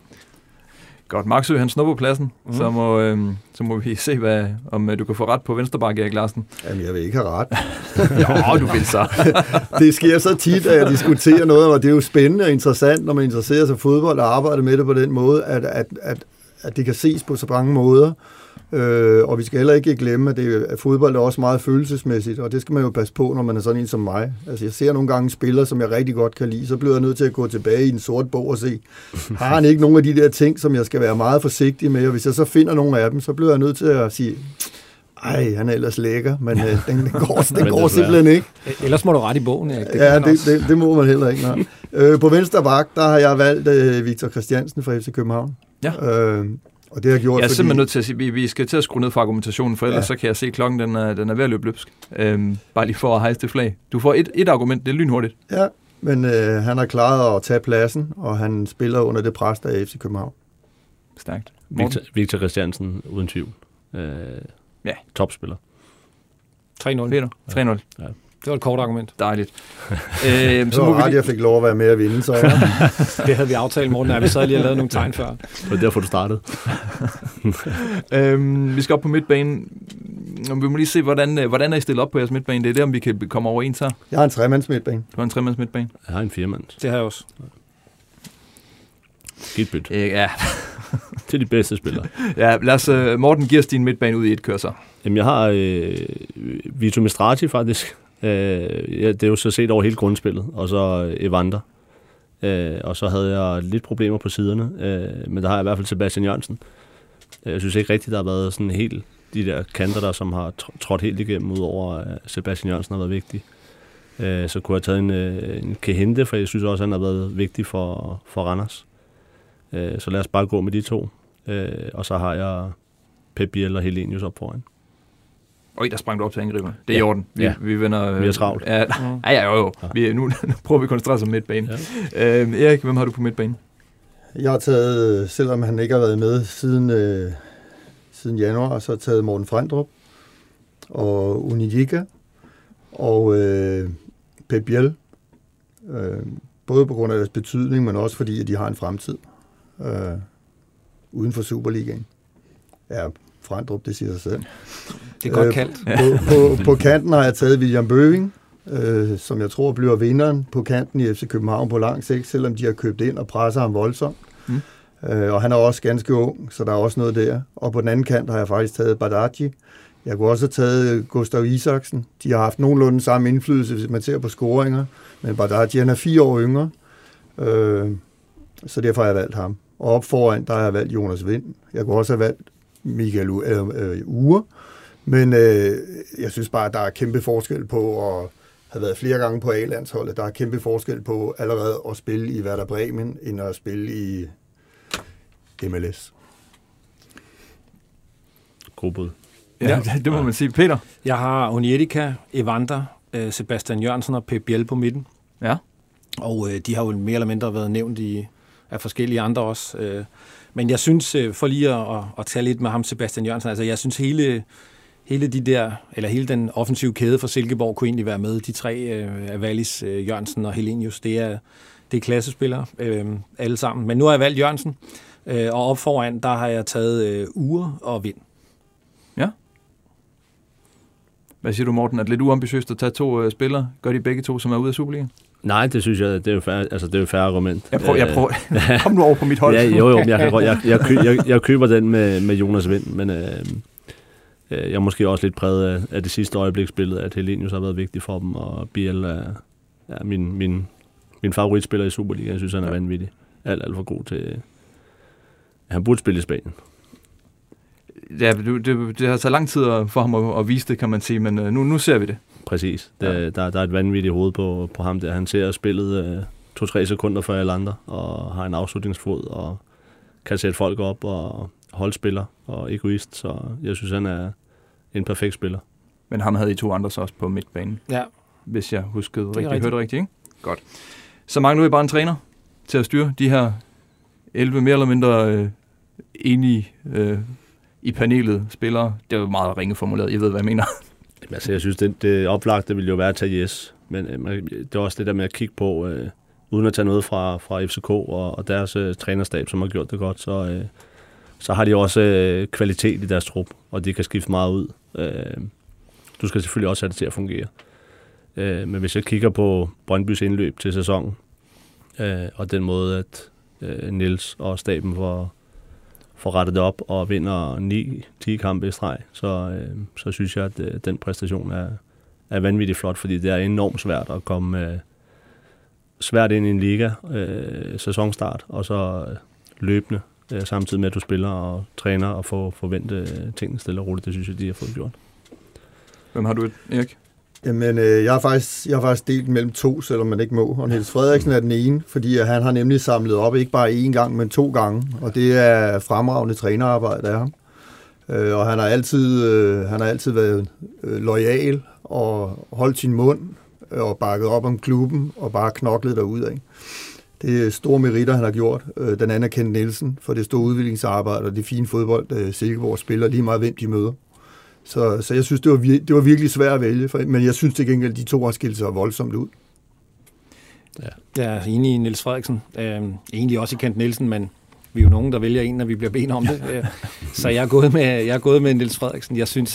Godt, Maxø, han snupper pladsen, så må vi se, om du kan få ret på venstreback, Erik Larsen. Jamen, jeg vil ikke have ret. Jo, du vil så. Det sker så tit, at jeg diskuterer noget, og det er jo spændende og interessant, når man interesserer sig for fodbold og arbejder med det på den måde, at det kan ses på så mange måder. Og vi skal heller ikke glemme, at fodbold er også meget følelsesmæssigt, og det skal man jo passe på, når man er sådan en som mig. Altså, jeg ser nogle gange spillere, som jeg rigtig godt kan lide, så bliver jeg nødt til at gå tilbage i en sort bog og se, har han ikke nogle af de der ting, som jeg skal være meget forsigtig med, og hvis jeg så finder nogle af dem, så bliver jeg nødt til at sige, ej, han er ellers lækker, men den går simpelthen ikke. Ellers må du ret i bogen, Erik. Det må man heller ikke. På venstre bak, der har jeg valgt Victor Christiansen fra FC København. Ja. Og det har gjort, jeg er simpelthen nødt til at sige, vi skal til at skrue ned for argumentationen, for ellers så kan jeg se, at klokken den er ved at løbe løbsk. Bare lige for at hejse det flag. Du får et argument, det er lynhurtigt. Ja, men han har klaret at tage pladsen, og han spiller under det pres, der er FC København. Stærkt. Victor Christiansen, uden tvivl. Topspiller. 3-0. Peter, 3-0. Ja. Det var et kort argument. Dejligt. Så må jeg fik lov at være med at vinde, så det havde vi aftalt, Morten, at vi sad lige og lavede nogle tegn før. Det var derfor, du startede. Vi skal op på midtbanen. Vi må lige se, hvordan er I stillet op på jeres midtbane? Det er det, om vi kan komme overens her. Jeg har en 3-mands midtbane. Du har en 3-mands midtbane? Jeg har en 4-mands. Det har jeg også. Skidt byt. Ja. Til de bedste spillere. Ja, lad os, Morten, giver os din midtbane ud i et kørsel. Jamen, jeg har Vito Mistrati faktisk. Det er jo så set over hele grundspillet, og så Evander. Og så havde jeg lidt problemer på siderne, men der har jeg i hvert fald Sebastian Jørgensen. Jeg synes ikke rigtigt, der har været sådan helt de der kanter der, som har trådt helt igennem, udover at Sebastian Jørgensen har været vigtig. Så kunne jeg have taget en Kehinde, for jeg synes også, han har været vigtig for Randers. Så lad os bare gå med de 2. Og så har jeg Pep Biel og Helenius op foran. Der sprang du op til angriber. Det er i orden. Vi vender... Vi er travlt. Ja. Nu prøver vi at koncentrere os om midtbanen. Ja. Erik, hvem har du på midtbanen? Jeg har taget, selvom han ikke har været med siden januar, så har jeg taget Morten Frendrup og Unidika og Pep Biel. Både på grund af deres betydning, men også fordi, at de har en fremtid uden for Superligaen. Ja, Frendrup, det siger sig selv. Det er godt kaldt. På kanten har jeg taget William Bøving, som jeg tror bliver vinderen på kanten i FC København på lang sigt, selvom de har købt ind og presser ham voldsomt. Og han er også ganske ung, så der er også noget der. Og på den anden kant har jeg faktisk taget Badaji. Jeg kunne også have taget Gustav Isaksen. De har haft nogenlunde samme indflydelse, hvis man ser på scoringer. Men Badaji, han er 4 år yngre, så derfor har jeg valgt ham. Og op foran, der har jeg valgt Jonas Vind. Jeg kunne også have valgt Michael Ure. Men jeg synes bare, at der er kæmpe forskel på at have været flere gange på A-landsholdet. Der er kæmpe forskel på allerede at spille i Werder Bremen, end at spille i MLS. God bud. Ja, det må man sige. Peter? Jeg har Onyedika, Evander, Sebastian Jørgensen og Pep Biel på midten. Ja. Og de har jo mere eller mindre været nævnt af forskellige andre også. Men jeg synes, for lige at tage lidt med ham, Sebastian Jørgensen, altså jeg synes hele den offensive kæde for Silkeborg kunne egentlig være med. De tre, Wallis, Jørgensen og Helenius, det er klassespillere alle sammen. Men nu har jeg valgt Jørgensen, og op foran, der har jeg taget Ure og Vind. Ja. Hvad siger du, Morten? Er det lidt uambitiøst at tage 2 spillere? Gør de begge 2, som er ude af Superligaen? Nej, det synes jeg, det er jo fair, altså det er jo fair argument. Jeg prøver. Kom nu over på mit hold. Ja, jo, jeg køber den med Jonas Vind, men jeg er måske også lidt præget af det sidste øjebliksbillede, at Helenius har været vigtig for dem, og Biel er min favoritspiller i Superligaen. Jeg synes, han er vanvittig. Alt for god til... Han burde spille i Spanien. Ja, det har taget lang tid for ham at vise det, kan man sige, men nu ser vi det. Præcis. Der er et vanvittigt hoved på ham der. Han ser spillet 2-3 sekunder før alle andre, og har en afslutningsfod, og kan sætte folk op, og holdspiller, og egoist, så jeg synes, han er en perfekt spiller. Men ham havde I 2 andre så også på midtbanen, ja. Hvis jeg huskede rigtigt. Hørte rigtigt, ikke? Godt. Så mangler vi bare en træner til at styre de her 11 mere eller mindre enige i panelet spillere. Det er jo meget ringe formuleret, I ved, hvad jeg mener. Altså, jeg synes, det oplagte ville jo være at tage Jes, men det er også det der med at kigge på, uden at tage noget fra FCK og deres trænerstab, som har gjort det godt, så har de også kvalitet i deres trup, og de kan skifte meget ud. Du skal selvfølgelig også have det til at fungere. Men hvis jeg kigger på Brøndbys indløb til sæsonen, og den måde, at Niels og staben får rettet det op og vinder 9-10 kampe i streg, så synes jeg, at den præstation er vanvittigt flot, fordi det er enormt svært at komme svært ind i en liga, sæsonstart, og så løbende, samtidig med, at du spiller og træner og får forventet tingene stille og roligt. Det synes jeg, de har fået gjort. Hvem har du, Erik? Jamen, jeg har faktisk delt mellem 2, selvom man ikke må. Og Niels Frederiksen er den ene, fordi han har nemlig samlet op, ikke bare 1 gang, men 2 gange. Og det er fremragende trænerarbejde af ham. Og han har altid været loyal og holdt sin mund og bakket op om klubben og bare knoklet derudad. Det er store meritter, han har gjort. Den anden er Kent Nielsen for det store udviklingsarbejde og det fine fodbold, Silkeborg spiller lige meget, hvem de møder. Så jeg synes, det var virkelig svært at vælge, men jeg synes til gengæld, de 2 har skilt sig voldsomt ud. Ja. Jeg er enig i Niels Frederiksen. Egentlig også i Kent Nielsen, men vi er jo nogen, der vælger en, når vi bliver bedt om det. Så jeg er gået med Niels Frederiksen. Jeg synes,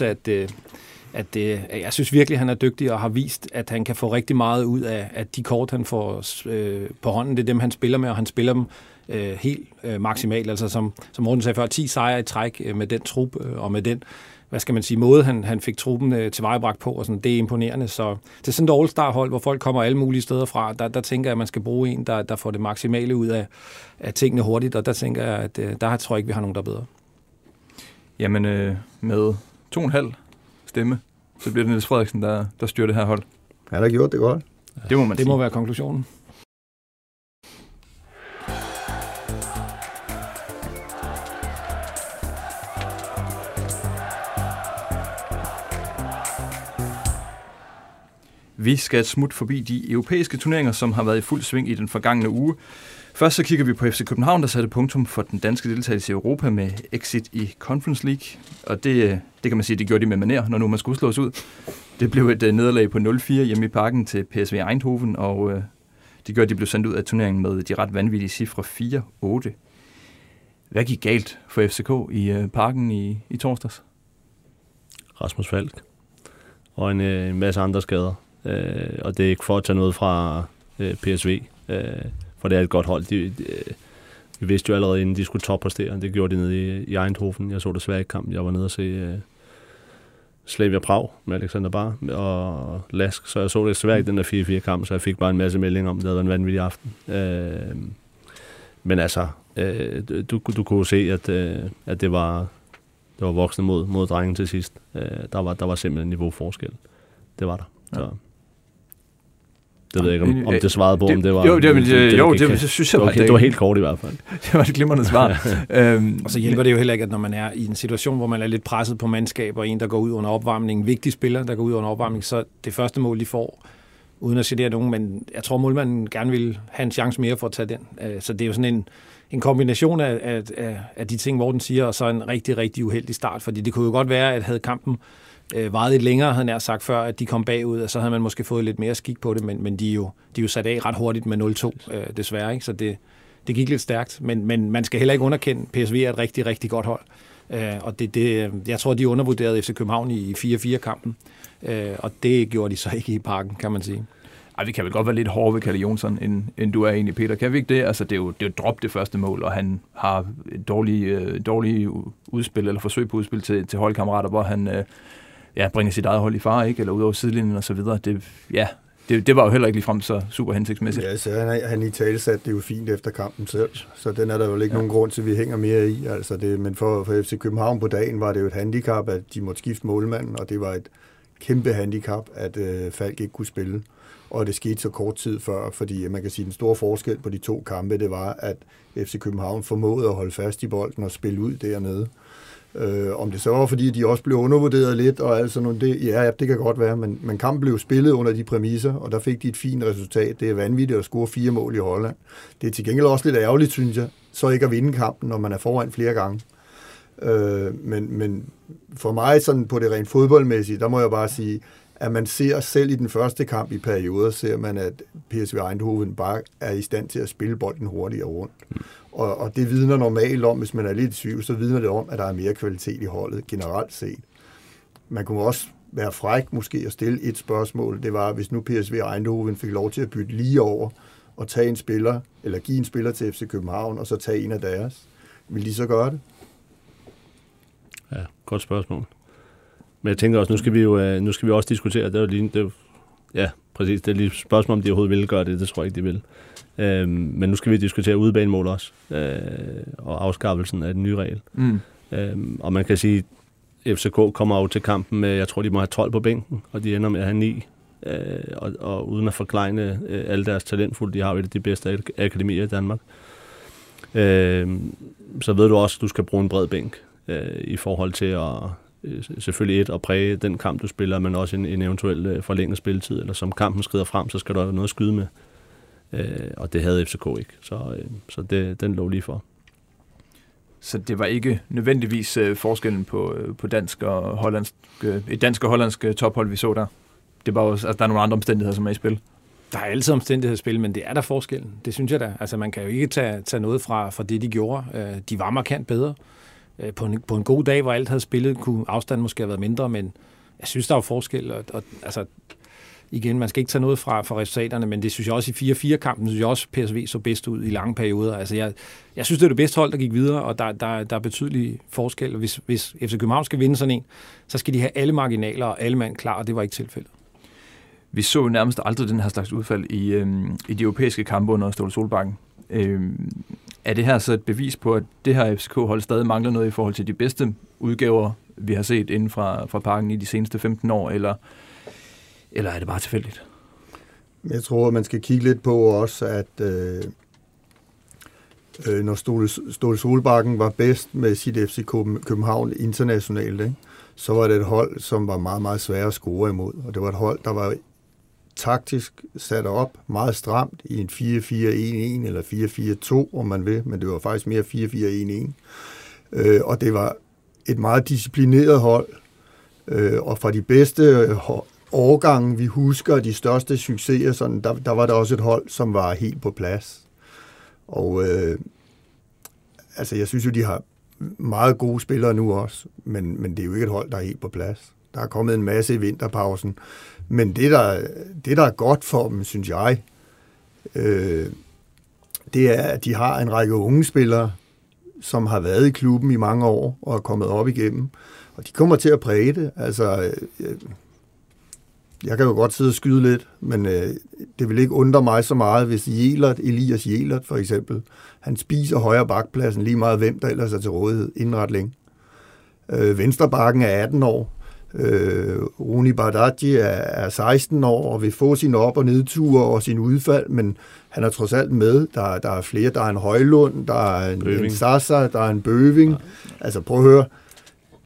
jeg synes virkelig, han er dygtig og har vist, at han kan få rigtig meget ud af de kort, han får på hånden. Det er dem, han spiller med, og han spiller dem helt maksimalt. Altså som Morten sagde før, 10 sejre i træk med den trup og med den måde, han fik truppen tilvejebragt på, og sådan, det er imponerende. Så det er sådan et all-star-hold, hvor folk kommer alle mulige steder fra. Der tænker jeg, at man skal bruge en, der får det maksimale ud af tingene hurtigt, og der tænker jeg, at der tror jeg ikke, vi har nogen, der er bedre. Jamen, med 2,5 stemme, så bliver det Niels Frederiksen, der styrer det her hold. Han har gjort det godt. Det må man sige. Det må være konklusionen. Vi skal et smut forbi de europæiske turneringer, som har været i fuld sving i den forgangne uge. Først så kigger vi på FC København, der satte punktum for den danske deltagelse i Europa med exit i Conference League. Og det kan man sige, det gjorde de med manér, når nu man skulle slås ud. Det blev et nederlag på 0-4 hjemme i Parken til PSV Eindhoven, og det gjorde, at de blev sendt ud af turneringen med de ret vanvittige cifre 4-8. Hvad gik galt for FCK i Parken i torsdags? Rasmus Falk og en masse andre skader. Og det er ikke for at tage noget fra PSV, for det er et godt hold. Vi vidste jo allerede, inden de skulle toppræstere. Det gjorde de nede i Eindhoven. Jeg så desværre ikke kampen. Jeg var nede og se Slavia Prag med Alexander Bar og Lask, så jeg så desværre ikke den der 4-4-kamp, så jeg fik bare en masse meldinger om, det havde været en vanvittig aften. Men altså, du kunne se, at det var voksne mod drengen til sidst. Der var simpelthen en niveauforskel. Det var der. Så. Det ved jeg ikke, om det svarede på, om det var... Det synes jeg var det var helt kort i hvert fald. Det var et glimrende svar. Og så hjælper det jo heller ikke, at når man er i en situation, hvor man er lidt presset på mandskab, og en, der går ud under opvarmning, en vigtig spiller, der går ud under opvarmning, så det første mål, de får, uden at genere nogen, men jeg tror, målmanden gerne vil have en chance mere for at tage den. Så det er jo sådan en kombination af de ting, Morten siger, og så en rigtig, rigtig uheldig start, fordi det kunne jo godt være, at havde kampen varet lidt længere, havde jeg sagt før, at de kom bagud, og så havde man måske fået lidt mere skik på det, men de er jo sat af ret hurtigt med 0-2, desværre, ikke? Så det gik lidt stærkt, men man skal heller ikke underkende, PSV er et rigtig, rigtig godt hold, og jeg tror, de undervurderede FC København i 4-4-kampen, og det gjorde de så ikke i Parken, kan man sige. Ej, vi kan vel godt være lidt hårde ved Kalle Jonsson, end du er egentlig, Peter. Kan vi ikke det? Altså, det er jo drop det første mål, og han har et dårligt udspil, eller forsøg på udspil til holdkammerater, hvor han bringer sit eget hold i fare, ikke? Eller ud over sidelinjen og så videre. Det var jo heller ikke ligefrem så super hensigtsmæssigt. Ja, så han i tale satte det jo fint efter kampen selv, så den er der jo ikke nogen grund til, at vi hænger mere i. Altså men for FC København på dagen var det jo et handicap, at de måtte skifte målmanden, og det var et kæmpe handicap, at Falk ikke kunne spille. Og det skete så kort tid før, fordi man kan sige, at den store forskel på de to kampe, det var, at FC København formåede at holde fast i bolden og spille ud dernede. Om det så var, fordi de også blev undervurderet lidt, og altså det kan godt være, men kampen blev spillet under de præmisser, og der fik de et fint resultat. Det er vanvittigt at score 4 mål i Holland. Det er til gengæld også lidt ærgerligt, synes jeg, så ikke at vinde kampen, når man er foran flere gange. Men for mig, sådan på det rent fodboldmæssige, der må jeg bare sige, at man ser selv i den første kamp i perioder, ser man, at PSV Eindhoven bare er i stand til at spille bolden hurtigere rundt. Og det vidner normalt om, hvis man er lidt syg, så vidner det om, at der er mere kvalitet i holdet generelt set. Man kunne også være fræk måske at stille et spørgsmål. Det var, hvis nu PSV Eindhoven fik lov til at bytte lige over og tage en spiller, eller give en spiller til FC København, og så tage en af deres. Vil de så gøre det? Ja, godt spørgsmål. Men jeg tænker også, nu skal vi også diskutere, præcis, det er lige et spørgsmål, om de overhovedet vil gøre det tror jeg ikke, de vil. Men nu skal vi diskutere udebanemål også, og afskaffelsen af den nye regel. Og man kan sige, at FCK kommer jo til kampen med, jeg tror, de må have 12 på bænken, og de ender med at have 9. Og uden at forklejne alle deres talentfulde, de har jo et af de bedste akademier i Danmark. Så ved du også, at du skal bruge en bred bænk i forhold til at selvfølgelig at præge den kamp, du spiller, men også en eventuel forlænget spilletid, eller som kampen skrider frem, så skal der noget at skyde med. Og det havde FCK ikke, så den lå lige for. Så det var ikke nødvendigvis forskellen på dansk og hollandsk, et dansk og hollandsk tophold, vi så der. Det var også, altså, der er nogle andre omstændigheder, som er i spil. Der er altid omstændigheder i spil, men det er der forskellen. Det synes jeg da. Altså, man kan jo ikke tage noget fra det, de gjorde. De var markant bedre. På en god dag, hvor alt havde spillet, kunne afstanden måske have været mindre, men jeg synes, der er forskel. Og altså, igen, man skal ikke tage noget fra resultaterne, men det synes jeg også i 4-4-kampen, synes jeg også, PSV så bedst ud i lange perioder. Altså, jeg synes, det er det bedste hold, der gik videre, og der er betydelig forskel. Hvis FC København skal vinde sådan en, så skal de have alle marginaler og alle mand klar, og det var ikke tilfældet. Vi så jo nærmest aldrig den her slags udfald i de europæiske kampe under Ståle Solbakken. Er det her så et bevis på, at det her FCK-hold stadig mangler noget i forhold til de bedste udgaver, vi har set inden fra Parken i de seneste 15 år, eller er det bare tilfældigt? Jeg tror, man skal kigge lidt på også, at når Ståle Solbakken var bedst med sit FC København internationalt, ikke, så var det et hold, som var meget, meget svært at score imod. Og det var et hold, der var taktisk sat op meget stramt i en 4-4-1-1 eller 4-4-2, om man vil, men det var faktisk mere 4-4-1-1. Og det var et meget disciplineret hold, og fra de bedste årgange, vi husker, de største succeser, sådan, der var der også et hold, som var helt på plads. Og altså, jeg synes jo, de har meget gode spillere nu også, men det er jo ikke et hold, der er helt på plads. Der er kommet en masse i vinterpausen, men det der er godt for dem, synes jeg, det er, at de har en række unge spillere, som har været i klubben i mange år og er kommet op igennem, og de kommer til at præge det. Altså, jeg kan jo godt sidde og skyde lidt, men det vil ikke undre mig så meget, hvis Elias Jelert for eksempel, han spiser højre bakpladsen lige meget, hvem der ellers er til rådighed inden ret længe. Venstrebakken er 18 år. Runi Bardghji er 16 år og vil få sine op- og nedture og sin udfald, men han er trods alt med. Der er flere. Der er en Højlund, der er en Sasa, der er en Bøving. Ja. Altså prøv at høre.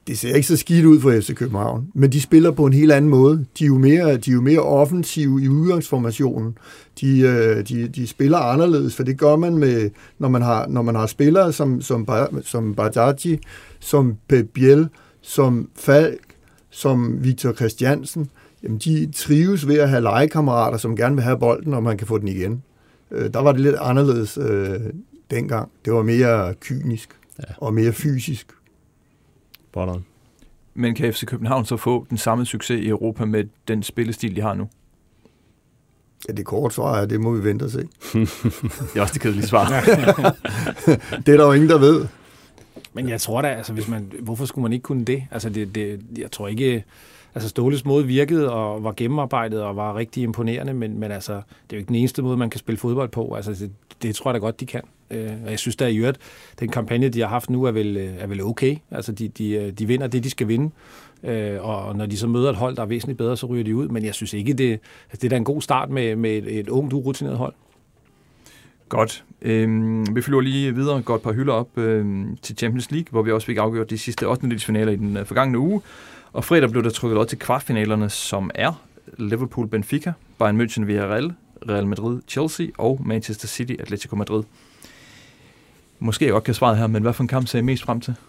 det ser ikke så skidt ud for FC København, men de spiller på en helt anden måde. De er jo mere offensive i udgangsformationen. De spiller anderledes, for det gør man med, når man har spillere som Bardghji, som Pep Biel, som Falk, som Victor Christiansen. Jamen, de trives ved at have legekammerater, som gerne vil have bolden, og man kan få den igen. Der var det lidt anderledes dengang. Det var mere kynisk og mere fysisk. Borderen. Men kan FC København så få den samme succes i Europa med den spillestil, de har nu? Ja, det korte svar er, det må vi vente og se. Det er også det kedelige svar. Det er der jo ingen, der ved. Men jeg tror da, altså, hvorfor skulle man ikke kunne det? Altså, jeg tror ikke... Altså, Ståles måde virkede og var gennemarbejdet og var rigtig imponerende, men altså, det er jo ikke den eneste måde, man kan spille fodbold på. Altså, det tror jeg da godt, de kan. Og jeg synes da i øvrigt, den kampagne, de har haft nu, er vel okay. Altså, de vinder det, de skal vinde. Og når de så møder et hold, der er væsentligt bedre, så ryger de ud. Men jeg synes ikke, det er da en god start med et ungt, urutineret hold. Godt. Vi flyver lige videre, går et par hylder op til Champions League, hvor vi også fik afgjort de sidste 8. i den forgangne uge. Og fredag blev der trykket lod til kvartfinalerne, som er Liverpool-Benfica, Bayern München-Villarreal, Real Madrid-Chelsea og Manchester City-Atletico Madrid. Måske jeg godt kan svare her, men hvad for en kamp ser I mest frem til?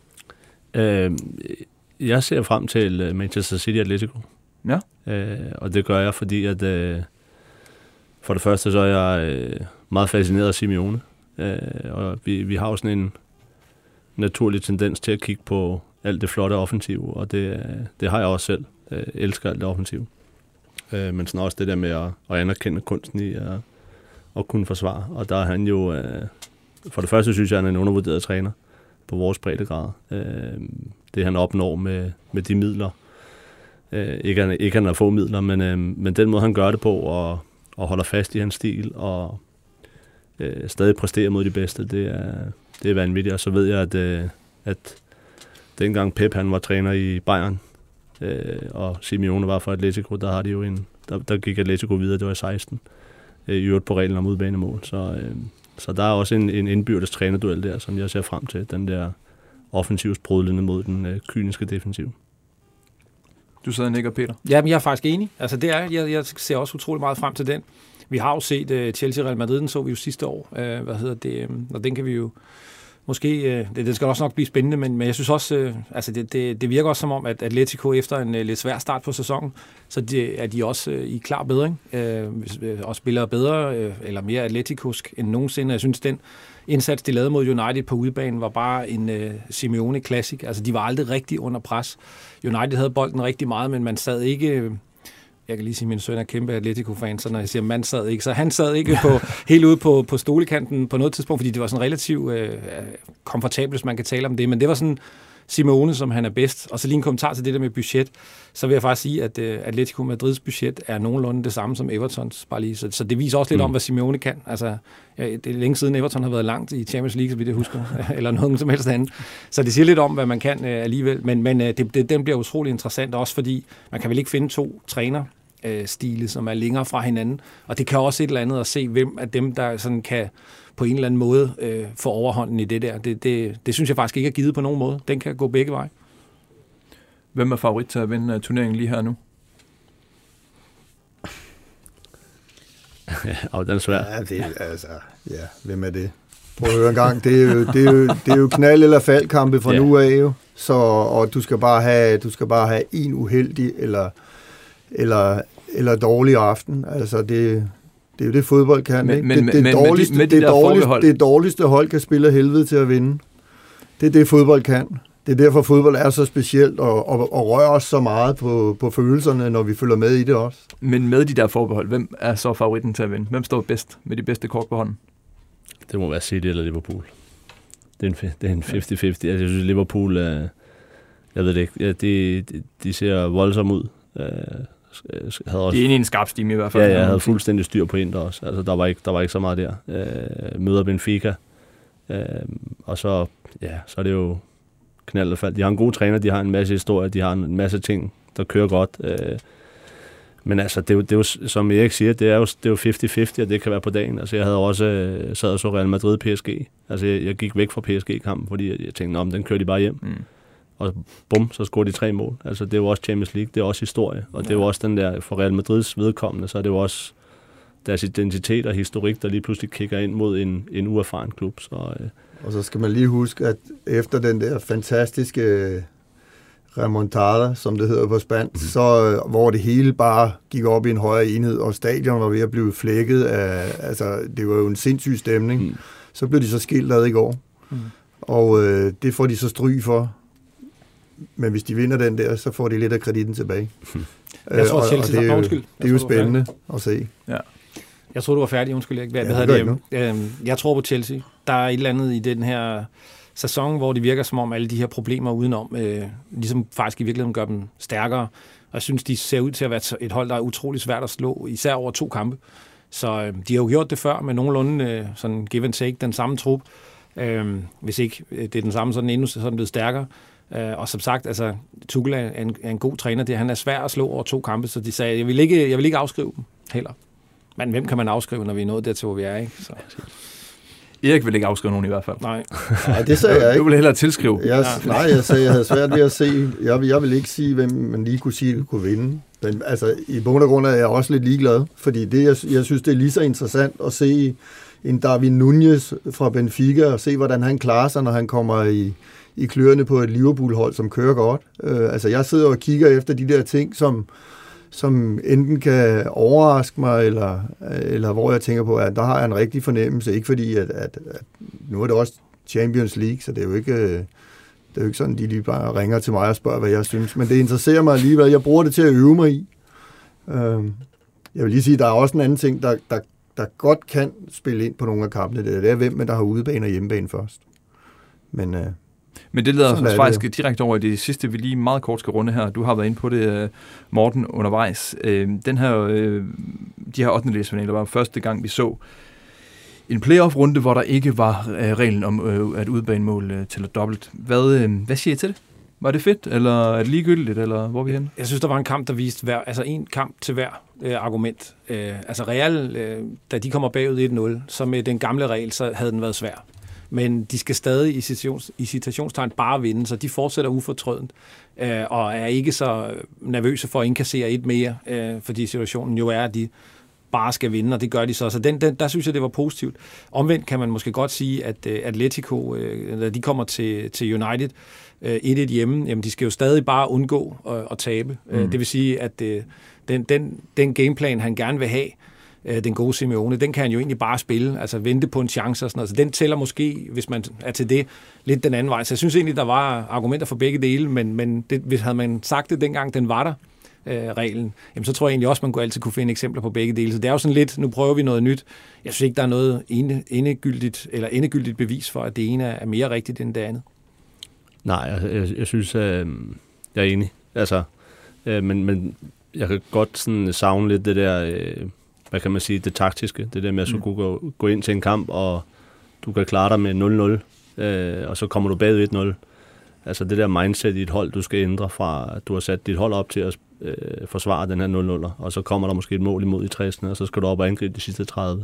Jeg ser frem til Manchester City-Atletico. Ja. Og det gør jeg, fordi at for det første så er jeg meget fascineret af Simeone. Og vi har jo sådan en naturlig tendens til at kigge på alt det flotte offensiv, og det har jeg også selv. Elsker alt det offensiv. Men sådan også det der med at anerkende kunsten i at kunne forsvare. Og der er han jo... For det første synes jeg, han er en undervurderet træner på vores breddegrad. Det han opnår med de midler. Ikke han har få midler, men den måde han gør det på og holder fast i hans stil og stadig præsterer mod de bedste, det er vanvittigt. Og så ved jeg, at dengang Pep han var træner i Bayern, og Simeone var for Atletico, der har de jo der gik Atletico videre, det var i 16, i øvrigt på reglen om udbanemål. Så der er også en indbyrdes trænerduel der, som jeg ser frem til, den der offensivsprudlende mod den kyniske defensiv. Du sidder og nikker, Peter. Ja, men jeg er faktisk enig. Altså det er, jeg ser også utrolig meget frem til den. Vi har jo set Chelsea-Real Madrid, den så vi jo sidste år. Og den kan vi jo måske... Det skal også nok blive spændende, men jeg synes også, altså det virker også som om, at Atletico efter en lidt svær start på sæsonen, så er de også i klar bedring. Og spiller bedre, eller mere atleticosk end nogensinde. Jeg synes, den indsats, de lavede mod United på udebanen, var bare en Simeone Classic. Altså, de var aldrig rigtig under pres. United havde bolden rigtig meget, men man sad ikke... Jeg kan lige sige, at min søn er kæmpe Atletico-fan, så når jeg siger, man sad ikke, så han sad ikke helt ude på stolekanten på noget tidspunkt, fordi det var sådan relativt komfortabelt, hvis man kan tale om det, men det var sådan Simeone, som han er bedst. Og så lige en kommentar til det der med budget, så vil jeg faktisk sige, at Atletico Madrids budget er nogenlunde det samme som Evertons, bare lige. Så det viser også lidt om, hvad Simeone kan. Altså, det er længe siden Everton har været langt i Champions League, så vidt jeg husker, eller nogen som helst andet. Så det siger lidt om, hvad man kan alligevel, men den bliver utrolig interessant, også fordi man kan vel ikke finde to trænerstile, som er længere fra hinanden, og det kan også et eller andet at se, hvem af dem, der sådan kan på en eller anden måde få overhånden i det der. Det synes jeg faktisk ikke er givet på nogen måde. Den kan gå begge veje. Hvem er favorit til at vinde turneringen lige her nu? Den er svær. Ja, hvem er det? Prøv at høre en gang. Det er jo knald- eller faldkampe fra nu af jo. Så, og du skal bare have en uheldig eller dårlig aften. Altså det er jo det fodbold kan, ikke? Det dårligste hold kan spille helvede til at vinde. Det er det fodbold kan. Det er derfor fodbold er så specielt og rører os så meget på følelserne, når vi følger med i det også. Men med de der forbehold, hvem er så favoritten til at vinde? Hvem står bedst med de bedste kort på hånden? Det må være City eller Liverpool. Det er en 50-50. Altså, jeg synes, Liverpool jeg ved det ikke. Ja, de ser voldsomme ud. Havde også, det er egentlig en skarp stime i hvert fald. Ja, jeg havde fuldstændig styr på Inter også. Altså, der var ikke så meget der. Møder Benfica. Og så er det jo knald og fald. De har en god træner, de har en masse historie, de har en masse ting, der kører godt. Men altså, det er jo, som Erik siger, det er jo 50-50, og det kan være på dagen. Altså, jeg havde også sad og så Real Madrid PSG. Altså, jeg gik væk fra PSG-kampen, fordi jeg tænkte, den kører de bare hjem. og bum, så scorer de 3 mål. Altså, det er jo også Champions League, det er også historie, og det er jo også den der, for Real Madrids vedkommende, så er det jo også deres identitet og historik, der lige pludselig kigger ind mod en uerfaren klub. Og så skal man lige huske, at efter den der fantastiske remontada, som det hedder på spansk, så hvor det hele bare gik op i en højere enhed, og stadion var ved at blive flækket af, altså det var jo en sindssyg stemning, så blev de så skilt ad i går. Og det får de så stryg for. Men hvis de vinder den der, så får de lidt af kreditten tilbage. Jeg tror, Chelsea det er jo spændende at se. Ja. Jeg tror, du var færdig. Undskyld, jeg tror på Chelsea. Der er et eller andet i den her sæson, hvor det virker som om alle de her problemer udenom, ligesom faktisk i virkeligheden gør dem stærkere. Og jeg synes, de ser ud til at være et hold, der er utrolig svært at slå, især over 2 kampe. Så de har jo gjort det før med nogenlunde sådan give and take, den samme trup. Hvis ikke det er den samme, så er den endnu sådan blevet stærkere. Og som sagt, altså, Tuchel er en god træner. Han er svær at slå over 2 kampe, så de sagde, jeg vil ikke afskrive dem heller. Men hvem kan man afskrive, når vi er nået dertil, hvor vi er, ikke? Så. Erik vil ikke afskrive nogen i hvert fald. Nej, det sagde jeg ikke. Du vil hellere tilskrive. Nej, jeg sagde, jeg havde svært ved at se. Jeg vil ikke sige, hvem man lige kunne sige, kunne vinde. Men altså, i bund og grund er jeg også lidt ligeglad, fordi det, jeg synes, det er lige så interessant at se en David Núñez fra Benfica, og se, hvordan han klarer sig, når han kommer i kløerne på et Liverpool-hold, som kører godt. Altså, jeg sidder og kigger efter de der ting, som enten kan overraske mig, eller hvor jeg tænker på, at der har jeg en rigtig fornemmelse. Ikke fordi, at nu er det også Champions League, så det er jo ikke sådan, de lige bare ringer til mig og spørger, hvad jeg synes. Men det interesserer mig alligevel. Jeg bruger det til at øve mig i. Jeg vil lige sige, at der er også en anden ting, der godt kan spille ind på nogle af kampene. Det er hvem, der har udebane og hjemmebane først. Men det leder os faktisk direkte over i det sidste, vi lige meget kort skal runde her. Du har været inde på det, Morten, undervejs. De her 8. finaler var første gang, vi så en playoff-runde, hvor der ikke var reglen om at udebanemål tæller dobbelt. Hvad siger I til det? Var det fedt, eller er det ligegyldigt, eller hvor er vi henne? Jeg synes, der var en kamp, der viste en kamp til hver argument. Altså Real, da de kommer bagud 1-0, så med den gamle regel, så havde den været svær. Men de skal stadig i citationstegn bare vinde, så de fortsætter ufortrødent, og er ikke så nervøse for at indkassere et mere, fordi situationen jo er, at de bare skal vinde, og det gør de så. Så der synes jeg, det var positivt. Omvendt kan man måske godt sige, at Atletico, når de kommer til United 1-1 hjemme, jamen de skal jo stadig bare undgå at tabe. Det vil sige, at den gameplan, han gerne vil have, den gode Simeone, den kan han jo egentlig bare spille, altså vente på en chance og sådan noget. Så den tæller måske, hvis man er til det, lidt den anden vej. Så jeg synes egentlig, der var argumenter for begge dele, men hvis havde man sagt det dengang, den var der, reglen, jamen så tror jeg egentlig også, man altid kunne finde eksempler på begge dele. Så det er jo sådan lidt, nu prøver vi noget nyt. Jeg synes ikke, der er noget endegyldigt bevis for, at det ene er mere rigtigt end det andet. Nej, jeg synes, jeg er enig. Altså, men jeg kan godt sådan savne lidt det der, hvad kan man sige, det taktiske. Det der med at så kunne gå ind til en kamp, og du kan klare dig med 0-0, og så kommer du bagud 1-0. Altså det der mindset i et hold, du skal ændre fra, at du har sat dit hold op til at forsvare den her 0-0'er, og så kommer der måske et mål imod i 60'erne, og så skal du op og angribe de sidste 30.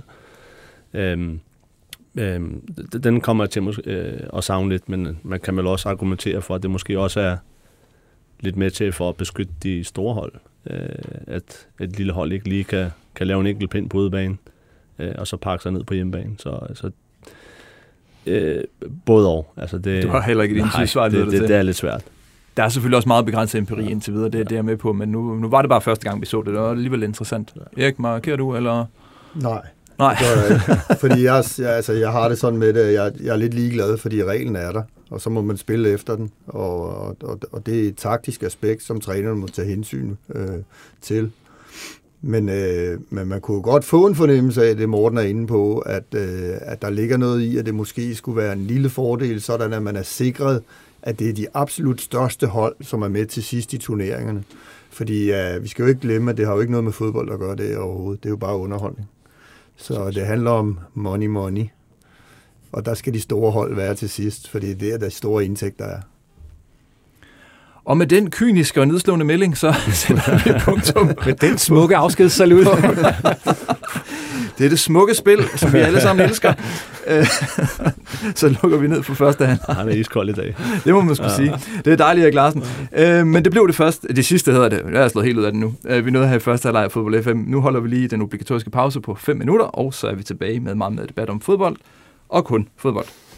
Den kommer jeg til at savne lidt, men man kan vel også argumentere for, at det måske også er lidt med til for at beskytte de store hold. At et lille hold ikke lige kan lave en enkelt pind på udebane, og så pakke sig ned på hjemmebane. Så både og. Altså det, du har heller ikke et entydigt svar. Det er lidt svært. Der er selvfølgelig også meget begrænset empiri indtil videre, det er jeg med på, men nu var det bare første gang, vi så det. Det var alligevel interessant. Erik, markerer du, eller? Nej. Fordi jeg har det sådan med det, jeg er lidt ligeglad, fordi reglen er der, og så må man spille efter den, og det er et taktisk aspekt, som trænerne må tage hensyn til. Men man kunne godt få en fornemmelse af det, Morten er inde på, at der ligger noget i, at det måske skulle være en lille fordel, sådan at man er sikret, at det er de absolut største hold, som er med til sidst i turneringerne. Fordi vi skal jo ikke glemme, at det har jo ikke noget med fodbold at gøre det overhovedet. Det er jo bare underholdning. Så det handler om money. Og der skal de store hold være til sidst, fordi det er der store indtægter er. Og med den kyniske og nedslående melding, så sætter vi punktum. Med den smukke afskedssalut. Det er det smukke spil, som vi alle sammen elsker. Så lukker vi ned for første halvleg. Han er iskold i dag. Det må man skulle sige. Det er dejligt, Erik Larsen. Men det blev det sidste hedder det. Jeg har slået helt ud af det nu. Vi nåede her i første halvleg af Fodbold FM. Nu holder vi lige den obligatoriske pause på 5 minutter, og så er vi tilbage med meget mere debat om fodbold, og kun fodbold.